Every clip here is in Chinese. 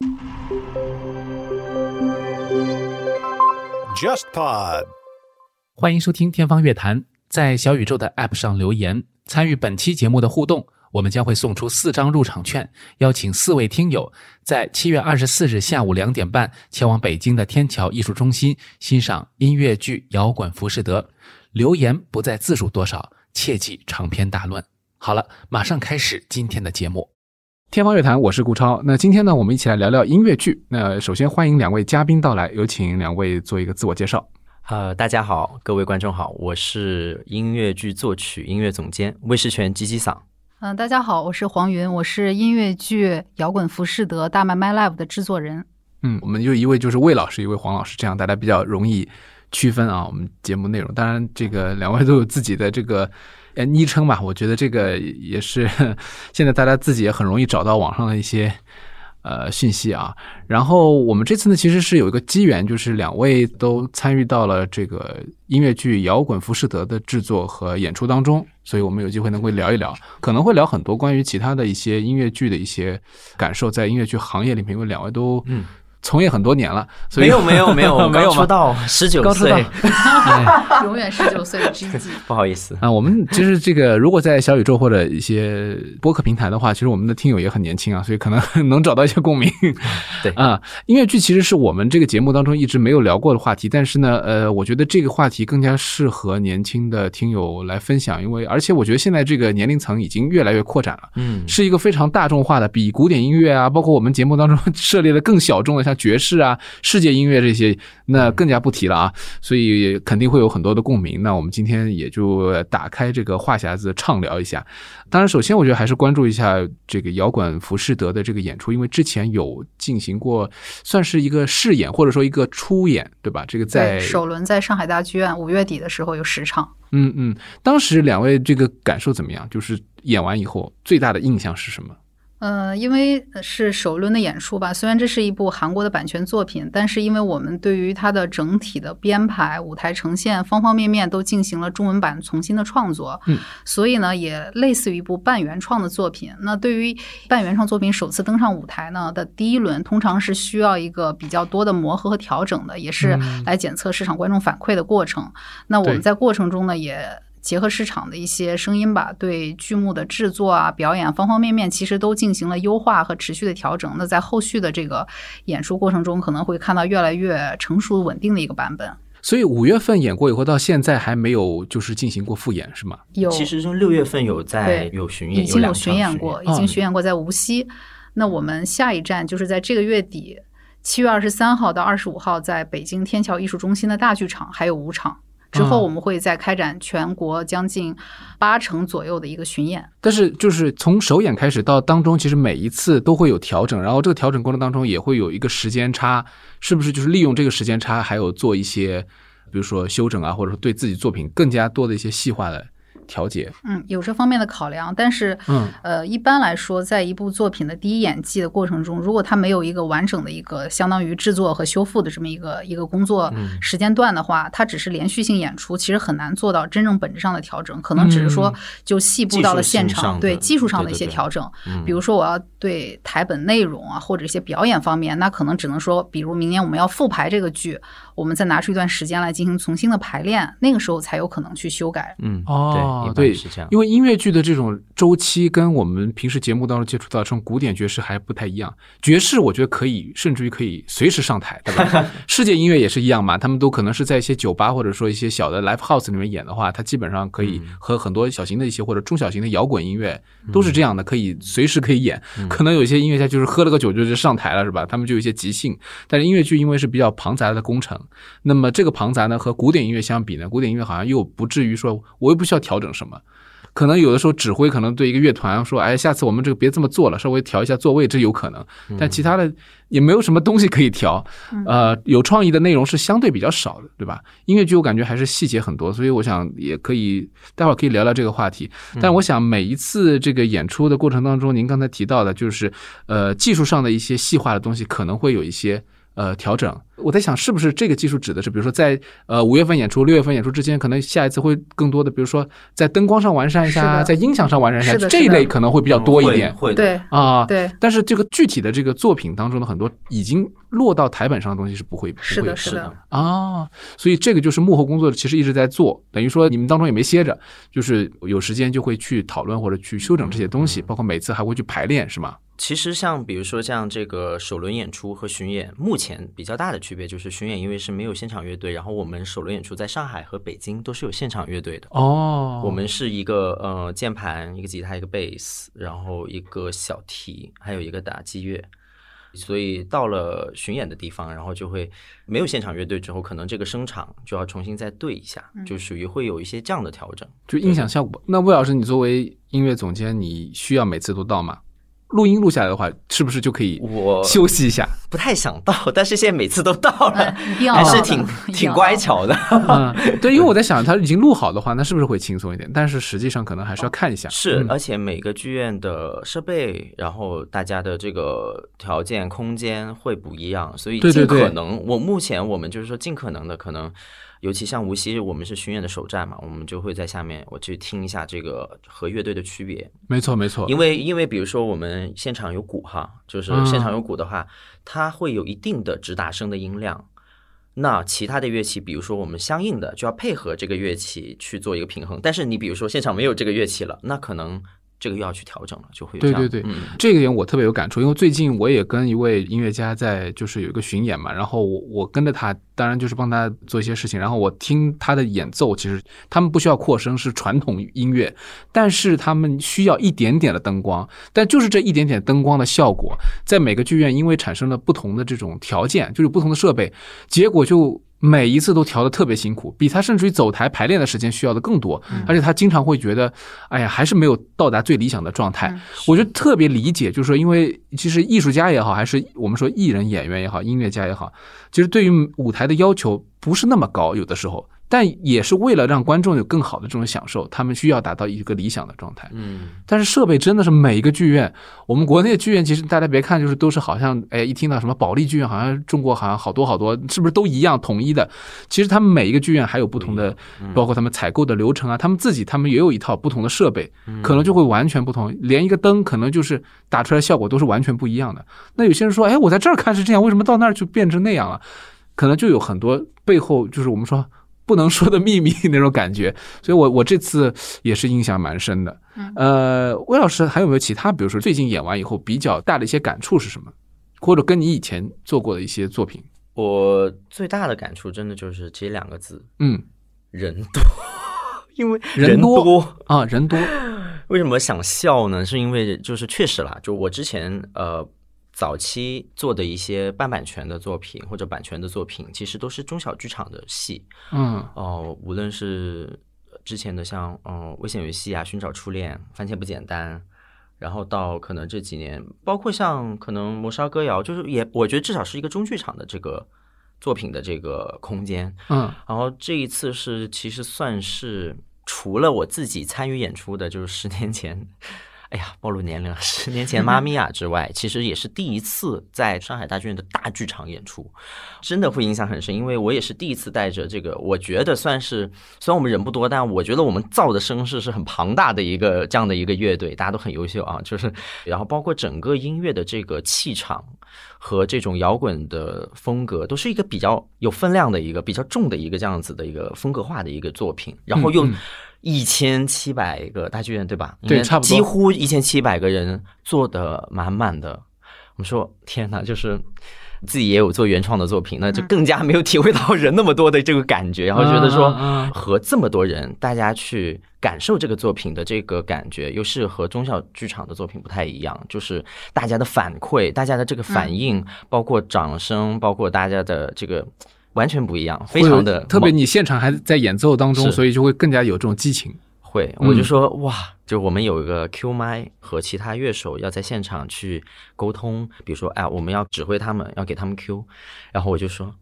JustPod， 欢迎收听天方乐坛，在小宇宙的 App 上留言参与本期节目的互动，我们将会送出4张入场券，邀请4位听友在7月24日下午2点半前往北京的天桥艺术中心欣赏音乐剧《摇滚浮士德》。留言不在字数多少，切记长篇大论。好了，马上开始今天的节目。天方乐坛，我是顾超。那今天呢，我们一起来聊聊音乐剧。那首先欢迎2位嘉宾到来，有请2位做一个自我介绍。 大家好，各位观众好，我是音乐剧作曲音乐总监魏世全鸡鸡嗓。 大家好，我是黄云，我是音乐剧《摇滚浮士德》大麦 My Live 的制作人。 我们就一位就是魏老师，一位黄老师，这样大家比较容易区分啊。我们节目内容，当然这个2位都有自己的这个昵称吧，我觉得这个也是现在大家自己也很容易找到网上的一些讯息啊。然后我们这次呢，其实是有一个机缘，就是2位都参与到了这个音乐剧《摇滚浮士德》的制作和演出当中，所以我们有机会能够聊一聊，可能会聊很多关于其他的一些音乐剧的一些感受，在音乐剧行业里面，因为2位都从业很多年了，所以没有刚出道19岁， 永远19岁的知己。 不好意思啊，我们其实这个如果在小宇宙或者一些播客平台的话，其实我们的听友也很年轻啊，所以可能能找到一些共鸣。 对啊，音乐剧其实是我们这个节目当中一直没有聊过的话题，但是呢，我觉得这个话题更加适合年轻的听友来分享，因为而且我觉得现在这个年龄层已经越来越扩展了，是一个非常大众化的，比古典音乐啊，包括我们节目当中涉猎的更小众的，像爵士啊、世界音乐这些，那更加不提了啊，所以肯定会有很多的共鸣。那我们今天也就打开这个话匣子畅聊一下。当然首先我觉得还是关注一下这个摇滚浮士德的这个演出，因为之前有进行过算是一个试演或者说一个初演，对吧？这个在首轮在上海大剧院5月底的时候有10场。 当时2位这个感受怎么样？就是演完以后最大的印象是什么？ 因为是首轮的演出吧，虽然这是一部韩国的版权作品，但是因为我们对于它的整体的编排、舞台呈现方方面面都进行了中文版重新的创作，所以呢也类似于一部半原创的作品。那对于半原创作品首次登上舞台呢的第一轮，通常是需要一个比较多的磨合和调整的，也是来检测市场观众反馈的过程。那我们在过程中呢也结合市场的一些声音吧，对剧目的制作啊、表演方方面面其实都进行了优化和持续的调整。那在后续的这个演出过程中，可能会看到越来越成熟稳定的一个版本。 所以5月份演过以后，到现在还没有就是进行过复演是吗？ 有， 其实从6月份有巡演， 已经有巡演过，已经巡演过在无锡。那我们下一站就是在这个月底7月23号到25号在北京天桥艺术中心的大剧场还有5场。之后我们会再开展全国将近8成左右的一个巡演。 但是就是从首演开始到当中，其实每一次都会有调整，然后这个调整过程当中也会有一个时间差，是不是就是利用这个时间差还有做一些比如说修整啊，或者说对自己作品更加多的一些细化的调节？ 有这方面的考量，但是一般来说在一部作品的第一演技的过程中，如果它没有一个完整的一个相当于制作和修复的这么一个工作时间段的话，它只是连续性演出，其实很难做到真正本质上的调整，可能只是说就细部到了现场，对技术上的一些调整，比如说我要对台本内容啊或者一些表演方面，那可能只能说比如明年我们要复排这个剧，我们再拿出一段时间来进行重新的排练，那个时候才有可能去修改。 对，因为音乐剧的这种周期跟我们平时节目当中接触到这种古典爵士还不太一样。爵士我觉得可以，甚至于可以随时上台，对吧？世界音乐也是一样嘛，他们都可能是在一些酒吧或者说一些小的 live house 里面演的话，它基本上可以和很多小型的一些或者中小型的摇滚音乐都是这样的，可以随时可以演。可能有些音乐家就是喝了个酒就上台了，是吧？他们就有一些即兴。但是音乐剧因为是比较庞杂的工程，那么这个庞杂呢和古典音乐相比呢，古典音乐好像又不至于说我又不需要调整什么。可能有的时候指挥可能对一个乐团说，哎，下次我们这个别这么做了，稍微调一下座位，这有可能。但其他的也没有什么东西可以调，有创意的内容是相对比较少的，对吧？音乐剧我感觉还是细节很多，所以我想也可以待会儿可以聊聊这个话题。但我想每一次这个演出的过程当中，您刚才提到的就是技术上的一些细化的东西可能会有一些调整。我在想是不是这个技术指的是比如说在5月份演出6月份演出之间，可能下一次会更多的比如说在灯光上完善一下，在音响上完善一下，这一类可能会比较多一点。 会对啊， 对。 但是这个具体的这个作品当中的很多已经落到台本上的东西是不会是的啊，所以这个就是幕后工作其实一直在做，等于说你们当中也没歇着，就是有时间就会去讨论或者去修整这些东西，包括每次还会去排练，是吗？ 其实像比如说像这个首轮演出和巡演，目前比较大的区别就是巡演因为是没有现场乐队，然后我们首轮演出在上海和北京都是有现场乐队的。我们是一个键盘，一个吉他，一个贝斯，然后一个小提，还有一个打击乐。所以到了巡演的地方，然后就会没有现场乐队之后，可能这个声场就要重新再对一下，就属于会有一些这样的调整， 就音响效果。那魏老师，你作为音乐总监，你需要每次都到吗？录音录下来的话，是不是就可以休息一下？ 我不太想到，但是现在每次都到了，还是挺乖巧的。 对，因为我在想，他已经录好的话，那是不是会轻松一点？但是实际上可能还是要看一下。 是，而且每个剧院的设备，然后大家的这个条件、空间会不一样，所以尽可能，目前我们就是说尽可能的可能。尤其像无锡，我们是巡演的首站嘛，我们就会在下面我去听一下这个和乐队的区别。 没错没错， 因为比如说我们现场有鼓哈，就是现场有鼓的话，它会有一定的直达声的音量。那其他的乐器，比如说我们相应的就要配合这个乐器去做一个平衡。但是你比如说现场没有这个乐器了，那可能这个又要去调整了，就会有这样。 对，这个点我特别有感触，因为最近我也跟一位音乐家在就是有一个巡演嘛，然后我跟着他，当然就是帮他做一些事情，然后我听他的演奏，其实他们不需要扩声，是传统音乐，但是他们需要一点点的灯光，但就是这一点点灯光的效果，在每个剧院因为产生了不同的这种条件，就是不同的设备，结果就每一次都调得特别辛苦，比他甚至于走台排练的时间需要的更多，而且他经常会觉得哎呀还是没有到达最理想的状态。我就特别理解，就是说因为其实艺术家也好，还是我们说艺人演员也好，音乐家也好，其实对于舞台的要求不是那么高，有的时候但也是为了让观众有更好的这种享受，他们需要达到一个理想的状态。但是设备真的是每一个剧院，我们国内的剧院其实大家别看就是都是好像一听到什么保利剧院，好像中国好像好多好多，是不是都一样统一的？其实他们每一个剧院还有不同的，包括他们采购的流程啊，他们也有一套不同的设备，可能就会完全不同，连一个灯可能就是打出来效果都是完全不一样的。那有些人说，我在这儿看是这样，为什么到那儿就变成那样了？可能就有很多背后就是我们说不能说的秘密那种感觉，所以我这次也是印象蛮深的。魏老师还有没有其他，比如说最近演完以后比较大的一些感触是什么？或者跟你以前做过的一些作品？ 我最大的感触真的就是这2个字，人多。因为人多啊，人多。 为什么想笑呢？是因为就是确实啦，就我之前早期做的一些半版权的作品或者版权的作品，其实都是中小剧场的戏。无论是之前的像危险游戏啊、寻找初恋、番茄不简单，然后到可能这几年，包括像可能磨砂歌谣，就是我觉得至少是一个中剧场的这个作品的这个空间。然后这一次是其实算是除了我自己参与演出的，就是10年前。哎呀，暴露年龄了！10年前妈咪呀之外，其实也是第一次在上海大剧院的大剧场演出，真的会印象很深，因为我也是第一次带着这个，我觉得算是虽然我们人不多，但我觉得我们造的声势是很庞大的一个这样的一个乐队，大家都很优秀啊，就是然后包括整个音乐的这个气场和这种摇滚的风格，都是一个比较有分量的一个比较重的一个这样子的一个风格化的一个作品，然后又1700个大剧院，对吧？ 对，差不多， 几乎1700个人坐得满满的。我们说，天哪，就是自己也有做原创的作品，那就更加没有体会到人那么多的这个感觉，然后觉得说和这么多人大家去感受这个作品的这个感觉，又是和中小剧场的作品不太一样，就是大家的反馈、大家的这个反应，包括掌声，包括大家的这个。完全不一样，非常的特别你现场还在演奏当中，所以就会更加有这种激情。 会，我就说哇，就我们有一个 Q 麦和其他乐手要在现场去沟通，比如说我们要指挥他们，要给他们 Q， 然后我就说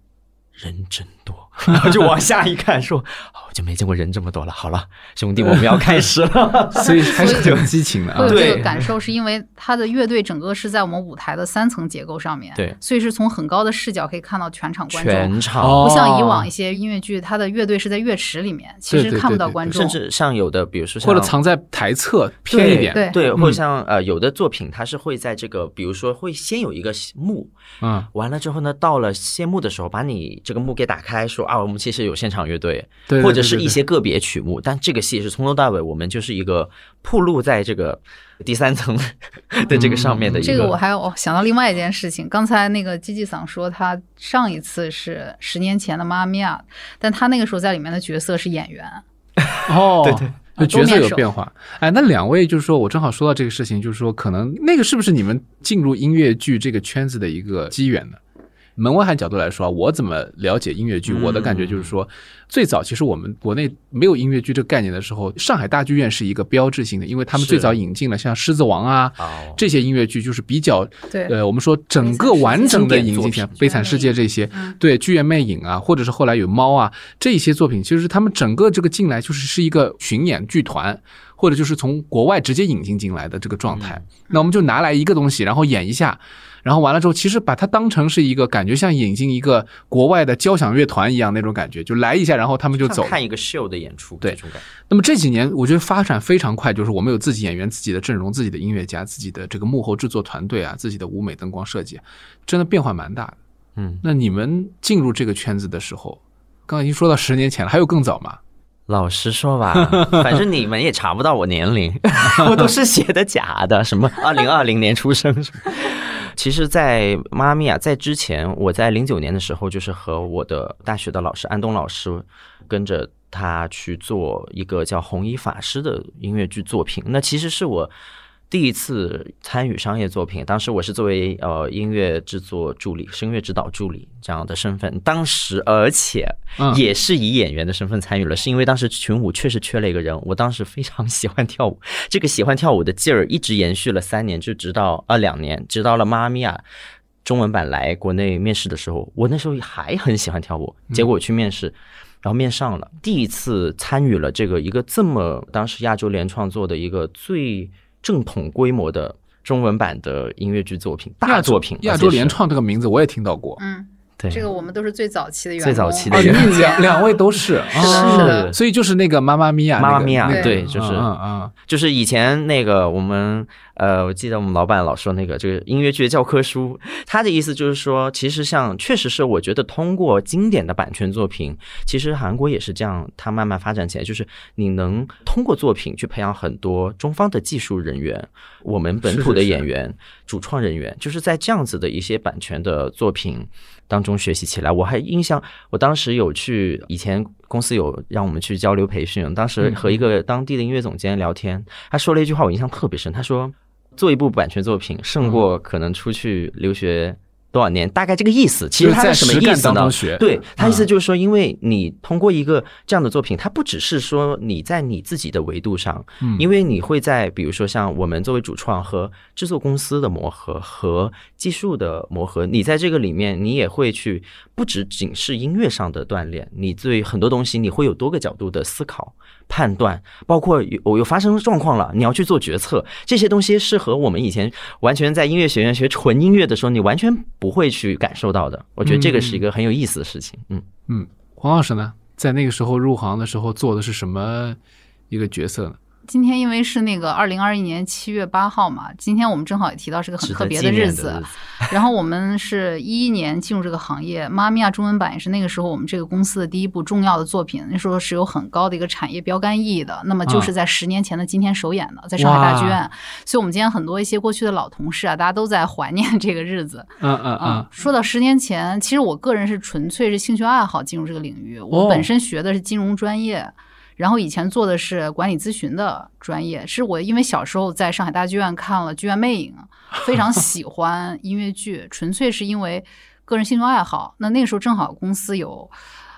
人真多，然后就往下一看说我就没见过人这么多了，好了兄弟我们要开始了所以还是挺激情的会有这个感受，是因为他的乐队整个是在我们舞台的3层结构上面， 对， 所以是从很高的视角可以看到全场观众， 全场不像以往一些音乐剧它的乐队是在乐池里面，其实看不到观众， 甚至像有的比如说像或者藏在台侧偏一点， 对，或者像有的作品它是会在这个比如说会先有一个幕，完了之后呢到了谢幕的时候把你这个幕给打开，说我们其实有现场乐队， 对， 或者是一些个别曲目，但这个戏是从头到尾我们就是一个暴露在这个第3层的这个上面的一个。 这个我还有想到另外一件事情，刚才那个基基桑说他上一次是10年前的妈咪呀，但他那个时候在里面的角色是演员。 对对。就角色有变化，那2位就是说我正好说到这个事情，就是说可能那个是不是你们进入音乐剧这个圈子的一个机缘呢？门外汉角度来说，我怎么了解音乐剧？我的感觉就是说，最早其实我们国内没有音乐剧这个概念的时候，上海大剧院是一个标志性的，因为他们最早引进了像《狮子王》啊这些音乐剧，就是比较我们说整个完整的引进，像《悲惨世界》这些，对，剧院魅影啊，或者是后来有猫啊这些作品，其实他们整个这个进来就是一个巡演剧团。或者就是从国外直接引进进来的这个状态，那我们就拿来一个东西，然后演一下，然后完了之后，其实把它当成是一个感觉像引进一个国外的交响乐团一样那种感觉，就来一下，然后他们就走， 看一个秀的演出， 对， 这种感觉。 那么这几年我觉得发展非常快，就是我们有自己演员、自己的阵容、自己的音乐家、自己的这个幕后制作团队啊，自己的舞美灯光设计，真的变化蛮大的。那你们进入这个圈子的时候，刚才已经说到10年前了，还有更早吗？ 老实说吧，反正你们也查不到我年龄，我都是写的假的，什么2020年出生什么。其实在妈咪呀在之前，我在09年的时候就是和我的大学的老师安东老师跟着他去做一个叫红衣法师的音乐剧作品，那其实是我第一次参与商业作品，当时我是作为音乐制作助理、声乐指导助理这样的身份，当时而且也是以演员的身份参与了，是因为当时群舞确实缺了一个人，我当时非常喜欢跳舞，这个喜欢跳舞的劲儿一直延续了3年，就直到2年，直到了妈咪呀中文版来国内面试的时候，我那时候还很喜欢跳舞，结果我去面试。然后面上了，第一次参与了这个一个这么当时亚洲联创作的一个最正统规模的中文版的音乐剧作品，大作品。 亚洲联创这个名字我也听到过。 对，这个我们都是最早期的员工， 最早期的员工， 两位都是， 是， 所以就是那个妈妈咪呀， 妈妈咪呀，对，就是以前那个我们我记得我们老板老说那个这个音乐剧的教科书，他的意思就是说，其实像确实是我觉得通过经典的版权作品，其实韩国也是这样，它慢慢发展起来，就是你能通过作品去培养很多中方的技术人员，我们本土的演员、主创人员，就是在这样子的一些版权的作品当中学习起来。我还印象，我当时有去，以前公司有让我们去交流培训，当时和一个当地的音乐总监聊天，他说了一句话我印象特别深，他说做一部版权作品胜过可能出去留学多少年，大概这个意思。其实他是什么意思呢？对，他意思就是说，因为你通过一个这样的作品，它不只是说你在你自己的维度上，因为你会在比如说像我们作为主创和制作公司的磨合和技术的磨合，你在这个里面你也会去不仅是音乐上的锻炼，你对很多东西你会有多个角度的思考判断，包括有发生状况了，你要去做决策，这些东西是和我们以前完全在音乐学院学纯音乐的时候，你完全不会去感受到的。我觉得这个是一个很有意思的事情。 黄老师呢，在那个时候入行的时候做的是什么一个角色呢？ 今天因为是那个2021年7月8号嘛，今天我们正好也提到是个很特别的日子。然后我们是11年进入这个行业，妈咪呀中文版也是那个时候我们这个公司的第一部重要的作品，那时候是有很高的一个产业标杆意义的。那么就是在10年前的今天首演的，在上海大剧院。所以我们今天很多一些过去的老同事啊，大家都在怀念这个日子。说到10年前，其实我个人是纯粹是兴趣爱好进入这个领域，我本身学的是金融专业。然后以前做的是管理咨询的专业，是我因为小时候在上海大剧院看了《剧院魅影》，非常喜欢音乐剧，纯粹是因为个人兴趣爱好。那个时候正好公司有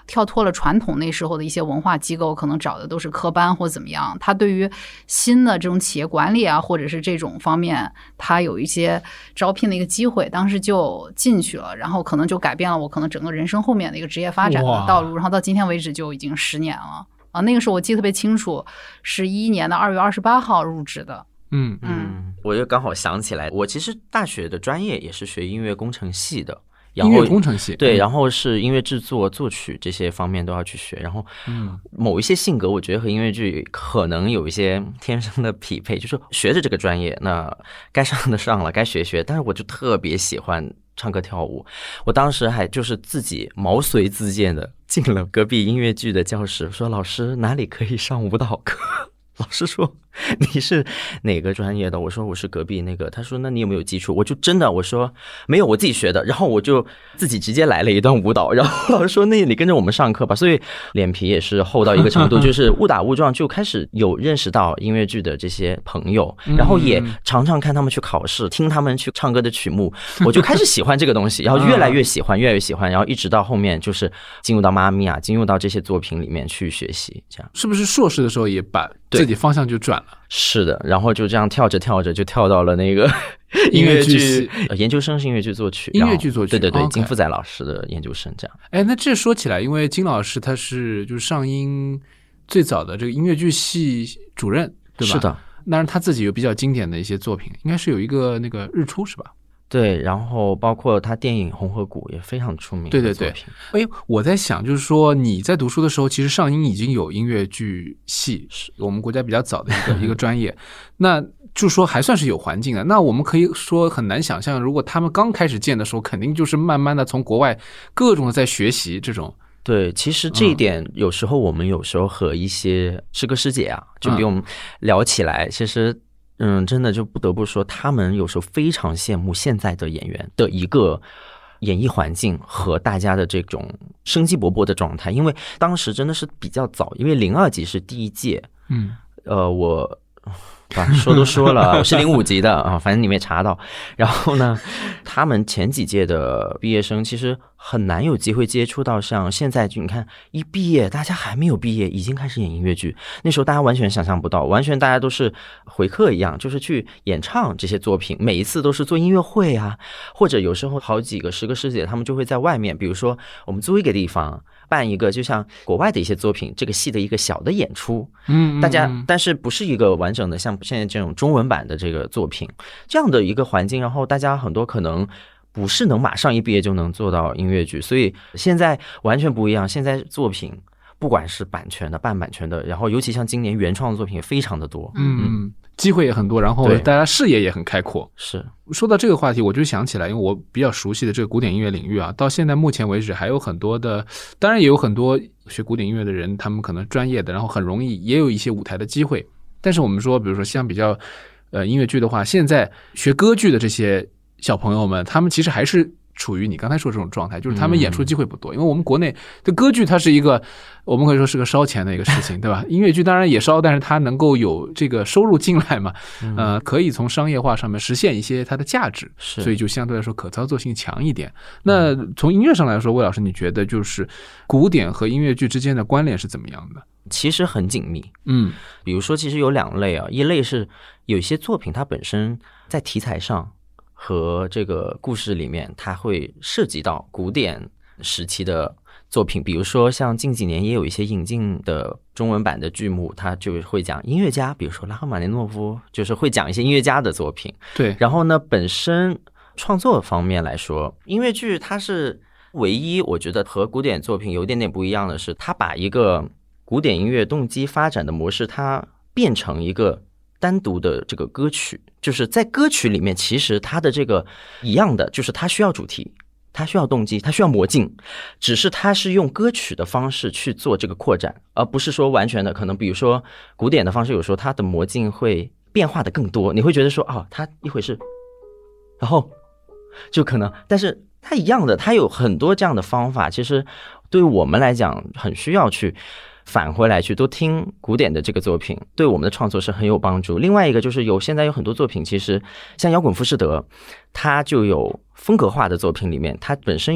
跳脱了传统那时候的一些文化机构，可能找的都是科班或怎么样。他对于新的这种企业管理啊，或者是这种方面，他有一些招聘的一个机会，当时就进去了，然后可能就改变了我可能整个人生后面的一个职业发展的道路，然后到今天为止就已经10年了啊。那个时候我记得特别清楚，是2011年的2月28号入职的。 我就刚好想起来，我其实大学的专业也是学音乐工程系的。 音乐工程系， 对，然后是音乐制作、作曲这些方面都要去学。然后，某一些性格，我觉得和音乐剧可能有一些天生的匹配，就是学着这个专业，那该上的上了，该学学。但是我就特别喜欢唱歌跳舞，我当时还就是自己毛遂自荐的进了隔壁音乐剧的教室，说老师哪里可以上舞蹈课？老师说你是哪个专业的？我说我是隔壁那个。他说那你有没有基础？我就真的我说没有，我自己学的。然后我就自己直接来了一段舞蹈，然后老师说那你跟着我们上课吧。所以脸皮也是厚到一个程度，就是误打误撞就开始有认识到音乐剧的这些朋友，然后也常常看他们去考试，听他们去唱歌的曲目，我就开始喜欢这个东西，然后越来越喜欢，越来越喜欢，然后一直到后面就是进入到妈咪啊，进入到这些作品里面去学习。这样是不是硕士的时候也把自己方向就转了？ 是的，然后就这样跳着跳着就跳到了那个音乐剧研究生，是音乐剧作曲， 音乐剧作曲， 对对对，金富仔老师的研究生这样。 哎，那这说起来，因为金老师他是就是上音最早的这个音乐剧系主任，对吧？ 是的， 当然他自己有比较经典的一些作品，应该是有一个那个日出是吧？ 对，然后包括他电影《红河谷》也非常出名的作品。 对对对。哎，我在想，就是说你在读书的时候，其实上音已经有音乐剧系，是我们国家比较早的一个专业，那就说还算是有环境的。那我们可以说很难想象，如果他们刚开始建的时候，肯定就是慢慢的从国外各种的在学习这种。 对，其实这一点有时候我们有时候和一些师哥师姐啊，就比我们聊起来，其实。真的就不得不说，他们有时候非常羡慕现在的演员的一个演艺环境和大家的这种生机勃勃的状态，因为当时真的是比较早，因为02级是第一届，我说都说了，我是05级的啊，反正你没查到。然后呢，他们前几届的毕业生其实很难有机会接触到像现在，就你看一毕业，大家还没有毕业，已经开始演音乐剧。那时候大家完全想象不到，完全大家都是回课一样，就是去演唱这些作品，每一次都是做音乐会啊，或者有时候好几个师哥师姐他们就会在外面，比如说我们租一个地方。办一个就像国外的一些作品这个戏的一个小的演出，大家但是不是一个完整的像现在这种中文版的这个作品这样的一个环境，然后大家很多可能不是能马上一毕业就能做到音乐剧，所以现在完全不一样。现在作品不管是版权的、半版权的，然后尤其像今年原创的作品也非常的多， 机会也很多，然后大家视野也很开阔。 是说到这个话题，我就想起来，因为我比较熟悉的这个古典音乐领域啊，到现在目前为止还有很多的，当然也有很多学古典音乐的人，他们可能专业的，然后很容易也有一些舞台的机会。但是我们说，比如说像比较音乐剧的话，现在学歌剧的这些小朋友们，他们其实还是处于你刚才说这种状态，就是他们演出机会不多，因为我们国内的歌剧它是一个我们可以说是个烧钱的一个事情，对吧？音乐剧当然也烧，但是它能够有这个收入进来嘛，可以从商业化上面实现一些它的价值，所以就相对来说可操作性强一点。那从音乐上来说，魏老师，你觉得就是古典和音乐剧之间的关联是怎么样的？ 其实很紧密，比如说其实有2类啊，一类是有一些作品它本身在题材上和这个故事里面，它会涉及到古典时期的作品，比如说像近几年也有一些引进的中文版的剧目，它就会讲音乐家，比如说拉赫玛尼诺夫，就是会讲一些音乐家的作品。 对， 然后呢，本身创作方面来说，音乐剧它是唯一我觉得和古典作品有点点不一样的是，它把一个古典音乐动机发展的模式，它变成一个单独的这个歌曲，就是在歌曲里面其实它的这个一样的，就是它需要主题，它需要动机，它需要魔镜，只是它是用歌曲的方式去做这个扩展，而不是说完全的可能比如说古典的方式有时候它的魔镜会变化的更多，你会觉得说它一回是然后就可能，但是它一样的，它有很多这样的方法，其实对我们来讲很需要去返回来去多听古典的这个作品，对我们的创作是很有帮助。另外一个就是现在有很多作品，其实像摇滚浮士德，它就有风格化的作品里面，它本身有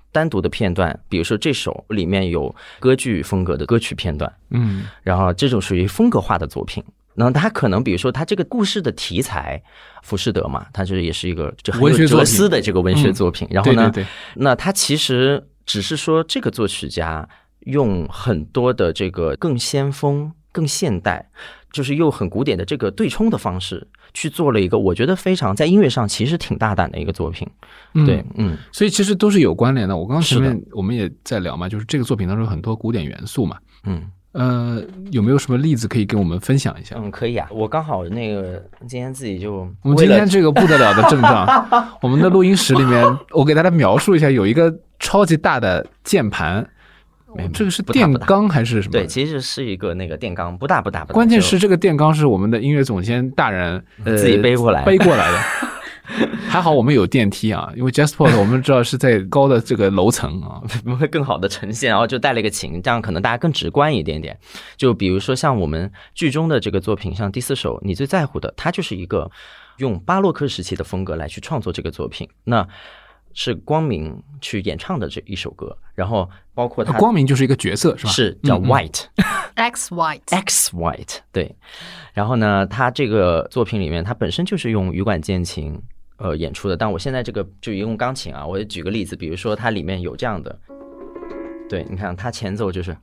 单独的片段，比如说这首里面有歌剧风格的歌曲片段，然后这种属于风格化的作品。然后他可能比如说他这个故事的题材浮士德嘛，他这也是一个就很有哲思的这个文学作品，然后呢对， 那他其实只是说这个作曲家用很多的这个更先锋更现代就是又很古典的这个对冲的方式去做了一个我觉得非常在音乐上其实挺大胆的一个作品。对， 所以其实都是有关联的。我刚刚前面我们也在聊嘛，就是这个作品当中有很多古典元素嘛。有没有什么例子可以跟我们分享一下？ 可以啊，我刚好那个今天自己就我们今天这个不得了的阵仗，我们的录音室里面，我给大家描述一下，有一个超级大的键盘。这个是电缸还是什么？ 对，其实是一个那个电缸，不大。 关键是这个电缸是我们的音乐总监大人自己背过来的。还好我们有电梯啊，因为 JazzPod 我们知道是在高的这个楼层啊， 我们会更好的呈现，然后就带了一个琴，这样可能大家更直观一点点。就比如说像我们剧中的这个作品，像第4首你最在乎的，它就是一个用巴洛克时期的风格来去创作这个作品，那是光明去演唱的这一首歌，然后包括他光明就是一个角色是吧？ 是叫 White X White 对。然后呢，他这个作品里面，他本身就是用羽管键琴演出的，但我现在这个就用钢琴啊。我举个例子，比如说它里面有这样的，对，你看它前奏就是。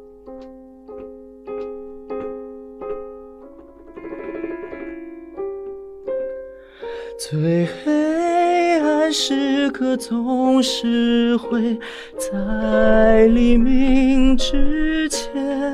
最黑暗时刻总是会在黎明之前，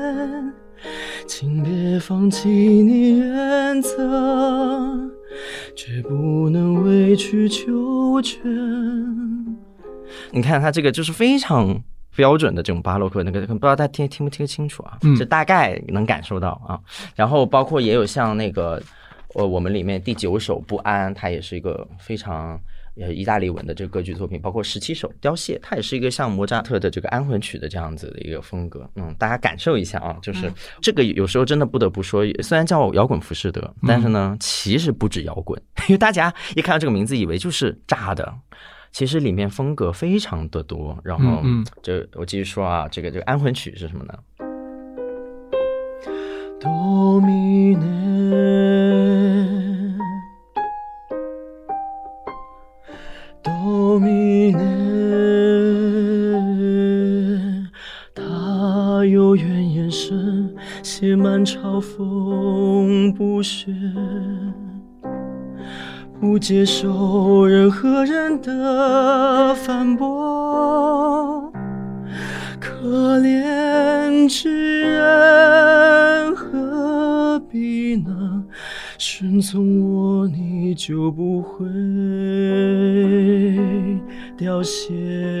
请别放弃你原则，绝不能委曲求全。你看他这个就是非常标准的这种巴洛克，那个不知道大家听不听得清楚啊？这大概能感受到啊。然后包括也有像那个我们里面第9首不安，它也是一个非常意大利文的这个歌剧作品，包括17首凋谢，它也是一个像莫扎特的这个安魂曲的这样子的一个风格。大家感受一下啊，就是这个有时候真的不得不说，虽然叫摇滚浮士德，但是呢其实不止摇滚，因为大家一看到这个名字以为就是炸的，其实里面风格非常的多。然后我继续说啊，这个安魂曲是什么呢？Domine Domine， 他有缘眼神写满嘲讽不屑，不接受任何人的反驳，可怜之人何必呢？顺从我，你就不会凋谢。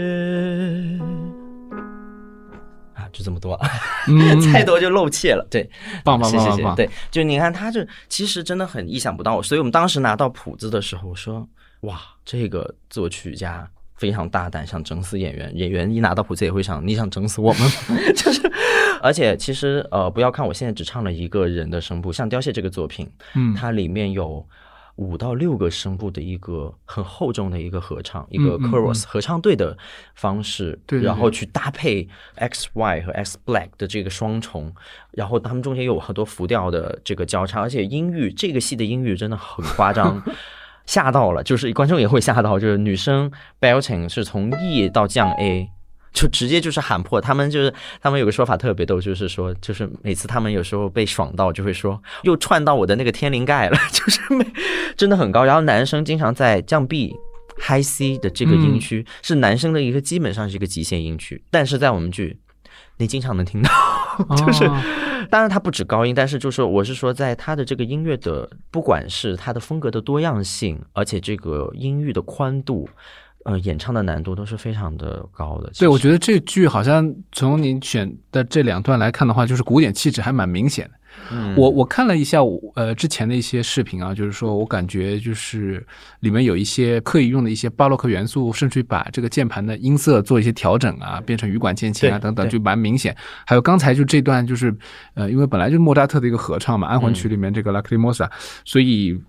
就这么多，再多就露怯了。对， 棒， 谢谢。对，就你看，他这其实真的很意想不到。所以我们当时拿到谱子的时候说，哇，这个作曲家非常大胆，想整死演员。演员一拿到谱子也会想，你想整死我们？就是，而且其实不要看我现在只唱了一个人的声部，像凋谢这个作品，它里面有5到6个声部的一个很厚重的一个合唱，一个 chorus 合唱队的方式， 对， 然后去搭配 XY 和 X Black 的这个双重，然后他们中间有很多浮调的这个交叉，而且音域这个戏的音域真的很夸张。吓到了，就是观众也会吓到，就是女生 belting 是从 E 到降 A， 就直接就是喊破。他们有个说法特别逗，就是说，就是每次他们有时候被爽到，就会说又串到我的那个天灵盖了，就是真的很高。然后男生经常在降 B high C 的这个音区，是男生的一个基本上是一个极限音区，但是在我们剧你经常能听到，就是当然它不止高音，但是就是我是说在它的这个音乐的不管是它的风格的多样性，而且这个音域的宽度，演唱的难度都是非常的高的。 对，我觉得这剧好像从你选的这2段来看的话，就是古典气质还蛮明显的。我看了一下之前的一些视频啊，就是说我感觉就是里面有一些刻意用的一些巴洛克元素，甚至于把这个键盘的音色做一些调整啊，变成羽管键琴啊等等，就蛮明显。还有刚才就这段就是因为本来就是莫扎特的一个合唱嘛，安魂曲里面这个 Lacrimosa， 所以可能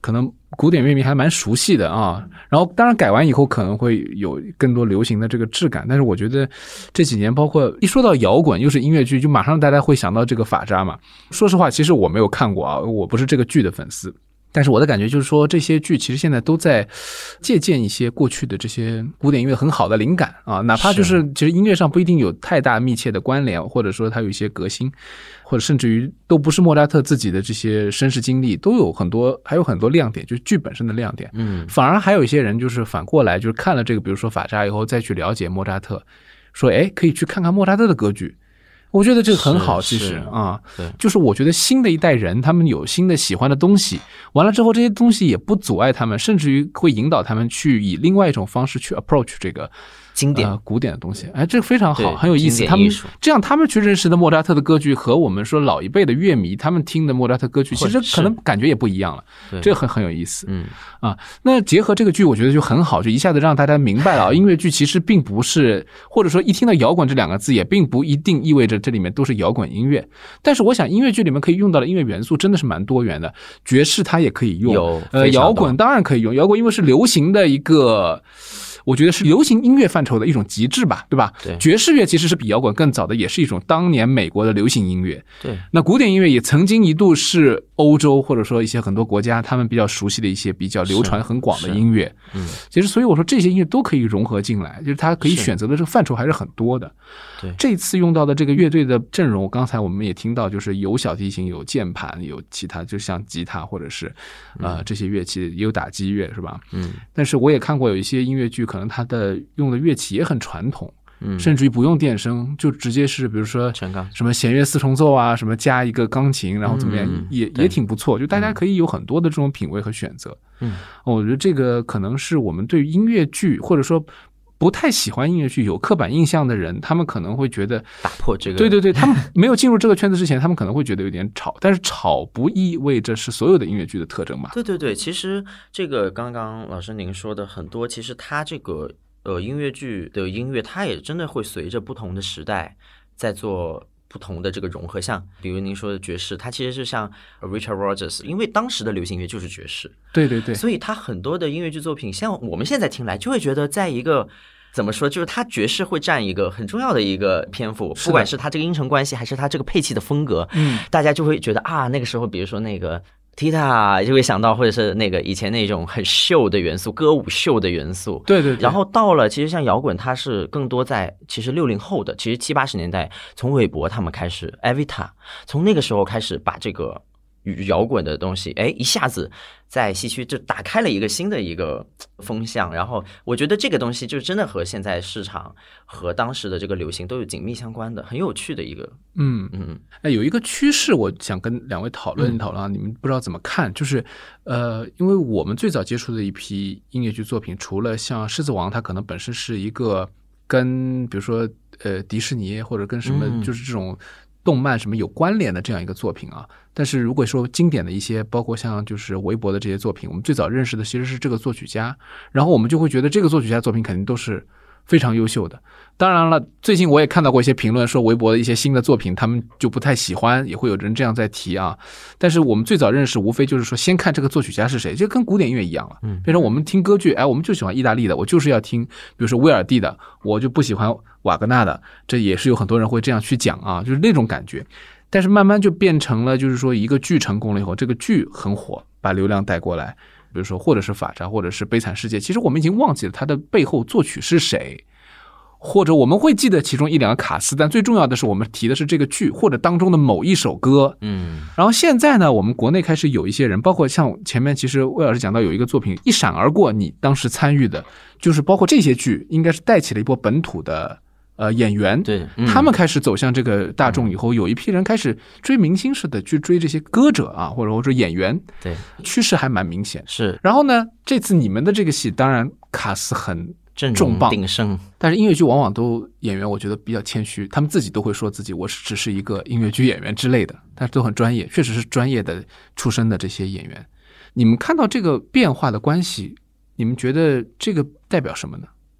古典乐迷还蛮熟悉的啊。然后当然改完以后可能会有更多流行的这个质感，但是我觉得这几年包括一说到摇滚又是音乐剧，就马上大家会想到这个法扎嘛。说实话，其实我没有看过啊，我不是这个剧的粉丝。但是我的感觉就是说，这些剧其实现在都在借鉴一些过去的这些古典音乐很好的灵感啊，哪怕就是其实音乐上不一定有太大密切的关联，或者说它有一些革新，或者甚至于都不是莫扎特自己的这些身世经历，都有很多，还有很多亮点，就是剧本身的亮点。反而还有一些人就是反过来，就是看了这个，比如说法扎以后再去了解莫扎特，说哎，可以去看看莫扎特的歌剧。我觉得这个很好，其实啊，就是我觉得新的一代人他们有新的喜欢的东西，完了之后这些东西也不阻碍他们，甚至于会引导他们去以另外一种方式去 approach 这个经典古典的东西。哎，这个非常好，很有意思。他们这样，他们去认识的莫扎特的歌剧和我们说老一辈的乐迷他们听的莫扎特歌剧，其实可能感觉也不一样了。这个很有意思。那结合这个剧，我觉得就很好，就一下子让大家明白了啊，音乐剧其实并不是，或者说一听到摇滚这两个字，也并不一定意味着这里面都是摇滚音乐。但是我想，音乐剧里面可以用到的音乐元素真的是蛮多元的，爵士它也可以用，摇滚当然可以用，摇滚因为是流行的一个。我觉得是流行音乐范畴的一种极致吧，对吧？ 对， 爵士乐其实是比摇滚更早的，也是一种当年美国的流行音乐。 对， 那古典音乐也曾经一度是欧洲或者说一些很多国家他们比较熟悉的一些比较流传很广的音乐。其实所以我说这些音乐都可以融合进来，就是它可以选择的这个范畴还是很多的。 对， 这次用到的这个乐队的阵容，刚才我们也听到，就是有小提琴、有键盘、有其他，就像吉他或者是这些乐器，也有打击乐，是吧？但是我也看过有一些音乐剧，可能它的用的乐器也很传统。甚至于不用电声，就直接是比如说什么弦乐四重奏啊，什么加一个钢琴，然后怎么样，也挺不错。就大家可以有很多的这种品味和选择。我觉得这个可能是我们对于音乐剧或者说不太喜欢音乐剧有刻板印象的人，他们可能会觉得打破这个。 对，他们没有进入这个圈子之前，他们可能会觉得有点吵，但是吵不意味着是所有的音乐剧的特征嘛。 对，其实这个刚刚老师您说的很多，其实它这个音乐剧的音乐，它也真的会随着不同的时代在做不同的这个融合，像比如您说的爵士，它其实是像 Richard Rodgers， 因为当时的流行音乐就是爵士， 对， 所以它很多的音乐剧作品，像我们现在听来就会觉得在一个怎么说，就是它爵士会占一个很重要的一个篇幅，不管是它这个音程关系还是它这个配器的风格，大家就会觉得啊，那个时候比如说那个Tita 就会想到，或者是那个以前那种很秀的元素，歌舞秀的元素。 对。 然后到了，其实像摇滚，它是更多在其实60后的，其实70、80年代，从韦伯他们开始 ，Evita 从那个时候开始把这个摇滚的东西，一下子在西区就打开了一个新的一个风向。然后我觉得这个东西就真的和现在市场和当时的这个流行都有紧密相关的，很有趣的一个。 有一个趋势，我想跟两位讨论讨论啊，你们不知道怎么看？就是因为我们最早接触的一批音乐剧作品，除了像《狮子王》，它可能本身是一个跟比如说迪士尼或者跟什么就是这种动漫什么有关联的这样一个作品啊。但是如果说经典的一些，包括像就是韦伯的这些作品，我们最早认识的其实是这个作曲家，然后我们就会觉得这个作曲家作品肯定都是非常优秀的。当然了，最近我也看到过一些评论说韦伯的一些新的作品他们就不太喜欢，也会有人这样在提啊。但是我们最早认识无非就是说先看这个作曲家是谁，就跟古典音乐一样了。比如说我们听歌剧，我们就喜欢意大利的，我就是要听比如说威尔第的，我就不喜欢瓦格纳的，这也是有很多人会这样去讲啊，就是那种感觉。但是慢慢就变成了就是说一个剧成功了以后，这个剧很火，把流量带过来，比如说或者是法扎或者是悲惨世界，其实我们已经忘记了它的背后作曲是谁，或者我们会记得其中一两个卡司，但最重要的是我们提的是这个剧或者当中的某一首歌。然后现在呢，我们国内开始有一些人，包括像前面其实魏老师讲到有一个作品一闪而过，你当时参与的就是包括这些剧应该是带起了一波本土的演员， 对， 他们开始走向这个大众以后，有一批人开始追明星似的去追这些歌者啊，或者说演员， 对， 趋势还蛮明显。 是。 然后呢，这次你们的这个戏当然卡斯很重磅鼎盛， 但是音乐剧往往都演员我觉得比较谦虚，他们自己都会说自己我只是一个音乐剧演员之类的，但是都很专业，确实是专业的出身的这些演员。你们看到这个变化的关系，你们觉得这个代表什么呢？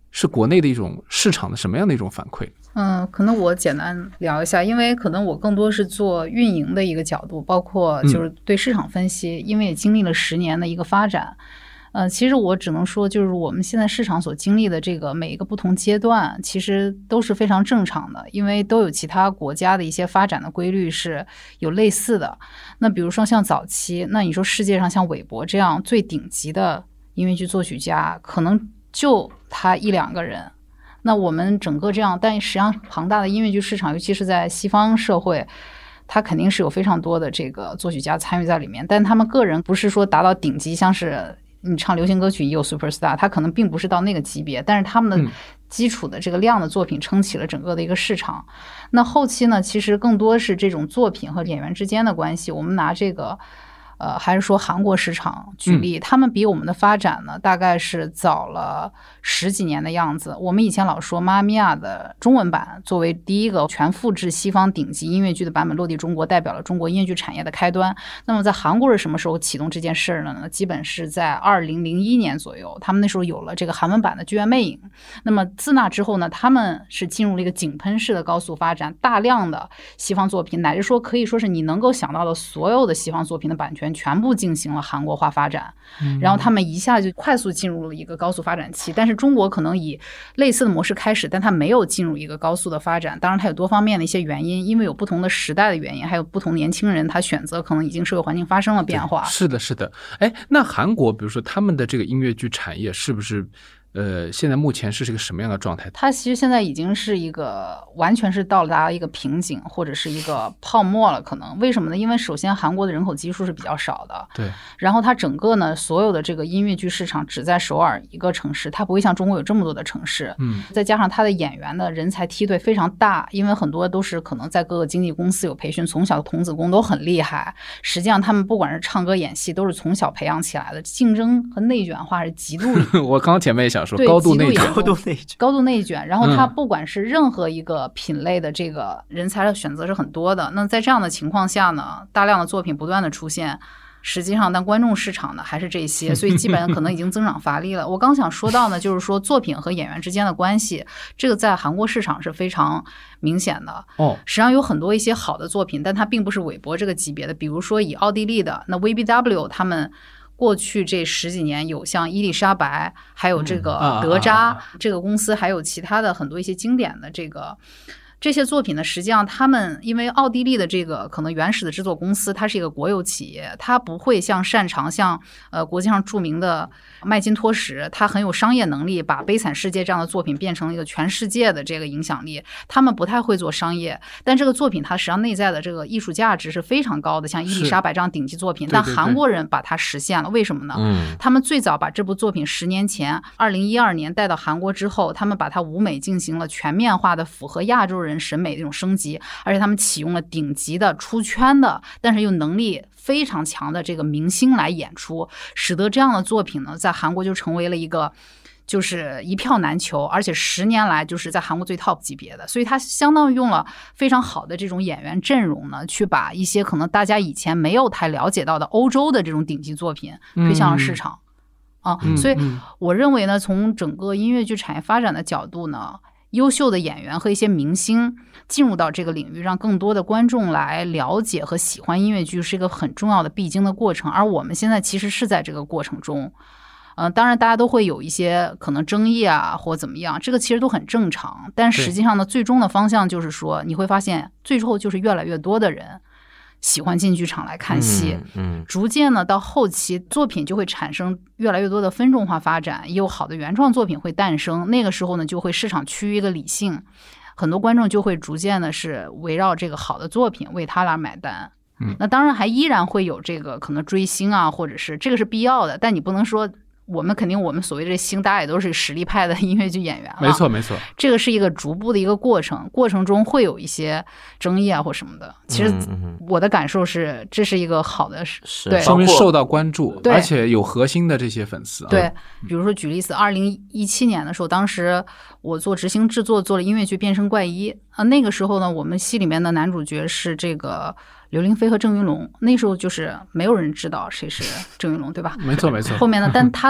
是国内的一种市场的什么样的一种反馈？ 可能我简单聊一下，因为可能我更多是做运营的一个角度，包括就是对市场分析，因为也经历了10年的一个发展。其实我只能说，就是我们现在市场所经历的这个每一个不同阶段，其实都是非常正常的，因为都有其他国家的一些发展的规律是有类似的。那比如说像早期，那你说世界上像韦伯这样最顶级的音乐剧作曲家，可能就他1-2个人。那我们整个这样，但实际上庞大的音乐剧市场，尤其是在西方社会，它肯定是有非常多的这个作曲家参与在里面，但他们个人不是说达到顶级，像是你唱流行歌曲也有 superstar， 他可能并不是到那个级别，但是他们的基础的这个量的作品撑起了整个的一个市场。那后期呢，其实更多是这种作品和演员之间的关系。我们拿这个还是说韩国市场举例，他们比我们的发展呢，大概是早了10几年的样子。我们以前老说《妈咪呀》的中文版作为第一个全复制西方顶级音乐剧的版本落地中国，代表了中国音乐剧产业的开端。那么在韩国是什么时候启动这件事呢？基本是在2001年左右，他们那时候有了这个韩文版的《剧院魅影》。那么自那之后呢，他们是进入了一个井喷式的高速发展，大量的西方作品，乃至说可以说是你能够想到的所有的西方作品的版权全部进行了韩国化发展，然后他们一下就快速进入了一个高速发展期。但是中国可能以类似的模式开始，但它没有进入一个高速的发展。当然它有多方面的一些原因，因为有不同的时代的原因，还有不同年轻人他选择可能已经社会环境发生了变化。 是的是的。那韩国比如说他们的这个音乐剧产业是不是现在目前是一个什么样的状态？ 它其实现在已经是一个完全是到达一个瓶颈或者是一个泡沫了。可能为什么呢？因为首先韩国的人口基数是比较少的， 对。 然后它整个呢所有的这个音乐剧市场只在首尔一个城市，它不会像中国有这么多的城市。再加上它的演员的人才梯队非常大，因为很多都是可能在各个经纪公司有培训，从小的童子功都很厉害。实际上他们不管是唱歌演戏都是从小培养起来的，竞争和内卷化是极度我刚刚前面也想说高度内卷，然后它不管是任何一个品类的这个人才的选择是很多的。那在这样的情况下呢，大量的作品不断的出现，实际上但观众市场呢还是这些，所以基本上可能已经增长乏力了。我刚想说到呢，就是说作品和演员之间的关系，这个在韩国市场是非常明显的。实际上有很多一些好的作品，但它并不是韦伯这个级别的。比如说以奥地利的那 VBW 他们过去这10几年有像伊丽莎白还有这个德扎这个公司，还有其他的很多一些经典的这些作品呢，实际上他们因为奥地利的这个可能原始的制作公司，它是一个国有企业，它不会像擅长像国际上著名的麦金托什，它很有商业能力，把悲惨世界这样的作品变成了一个全世界的这个影响力。他们不太会做商业，但这个作品它实际上内在的这个艺术价值是非常高的，像伊丽莎白这样顶级作品。但韩国人把它实现了，为什么呢？他们最早把这部作品10年前2012年带到韩国之后，他们把它舞美进行了全面化的符合亚洲人审美的这种升级，而且他们启用了顶级的出圈的但是又能力非常强的这个明星来演出，使得这样的作品呢在韩国就成为了一个就是一票难求，而且10年来就是在韩国最 top 级别的。所以他相当于用了非常好的这种演员阵容呢，去把一些可能大家以前没有太了解到的欧洲的这种顶级作品推向了市场。所以我认为呢，从整个音乐剧产业发展的角度呢，优秀的演员和一些明星进入到这个领域，让更多的观众来了解和喜欢音乐剧，是一个很重要的必经的过程。而我们现在其实是在这个过程中，当然大家都会有一些可能争议啊或怎么样，这个其实都很正常。但实际上呢，最终的方向就是说，你会发现最后就是越来越多的人喜欢进剧场来看戏，逐渐呢到后期作品就会产生越来越多的分众化发展，也有好的原创作品会诞生。那个时候呢，就会市场趋于一个理性，很多观众就会逐渐的是围绕这个好的作品为他来买单。那当然还依然会有这个可能追星啊，或者是这个是必要的，但你不能说我们所谓的星，大家也都是实力派的音乐剧演员了。没错没错，这个是一个逐步的一个过程，过程中会有一些争议啊或什么的。其实我的感受是，这是一个好的事，对， 说明受到关注，而且有核心的这些粉丝。 对，比如说举例子，2017年的时候，当时我做执行制作，做了音乐剧《变身怪医》那个时候呢，我们戏里面的男主角是这个刘玲飞和郑云龙，那时候就是没有人知道谁是郑云龙，对吧？ 没错没错。 后面呢，但他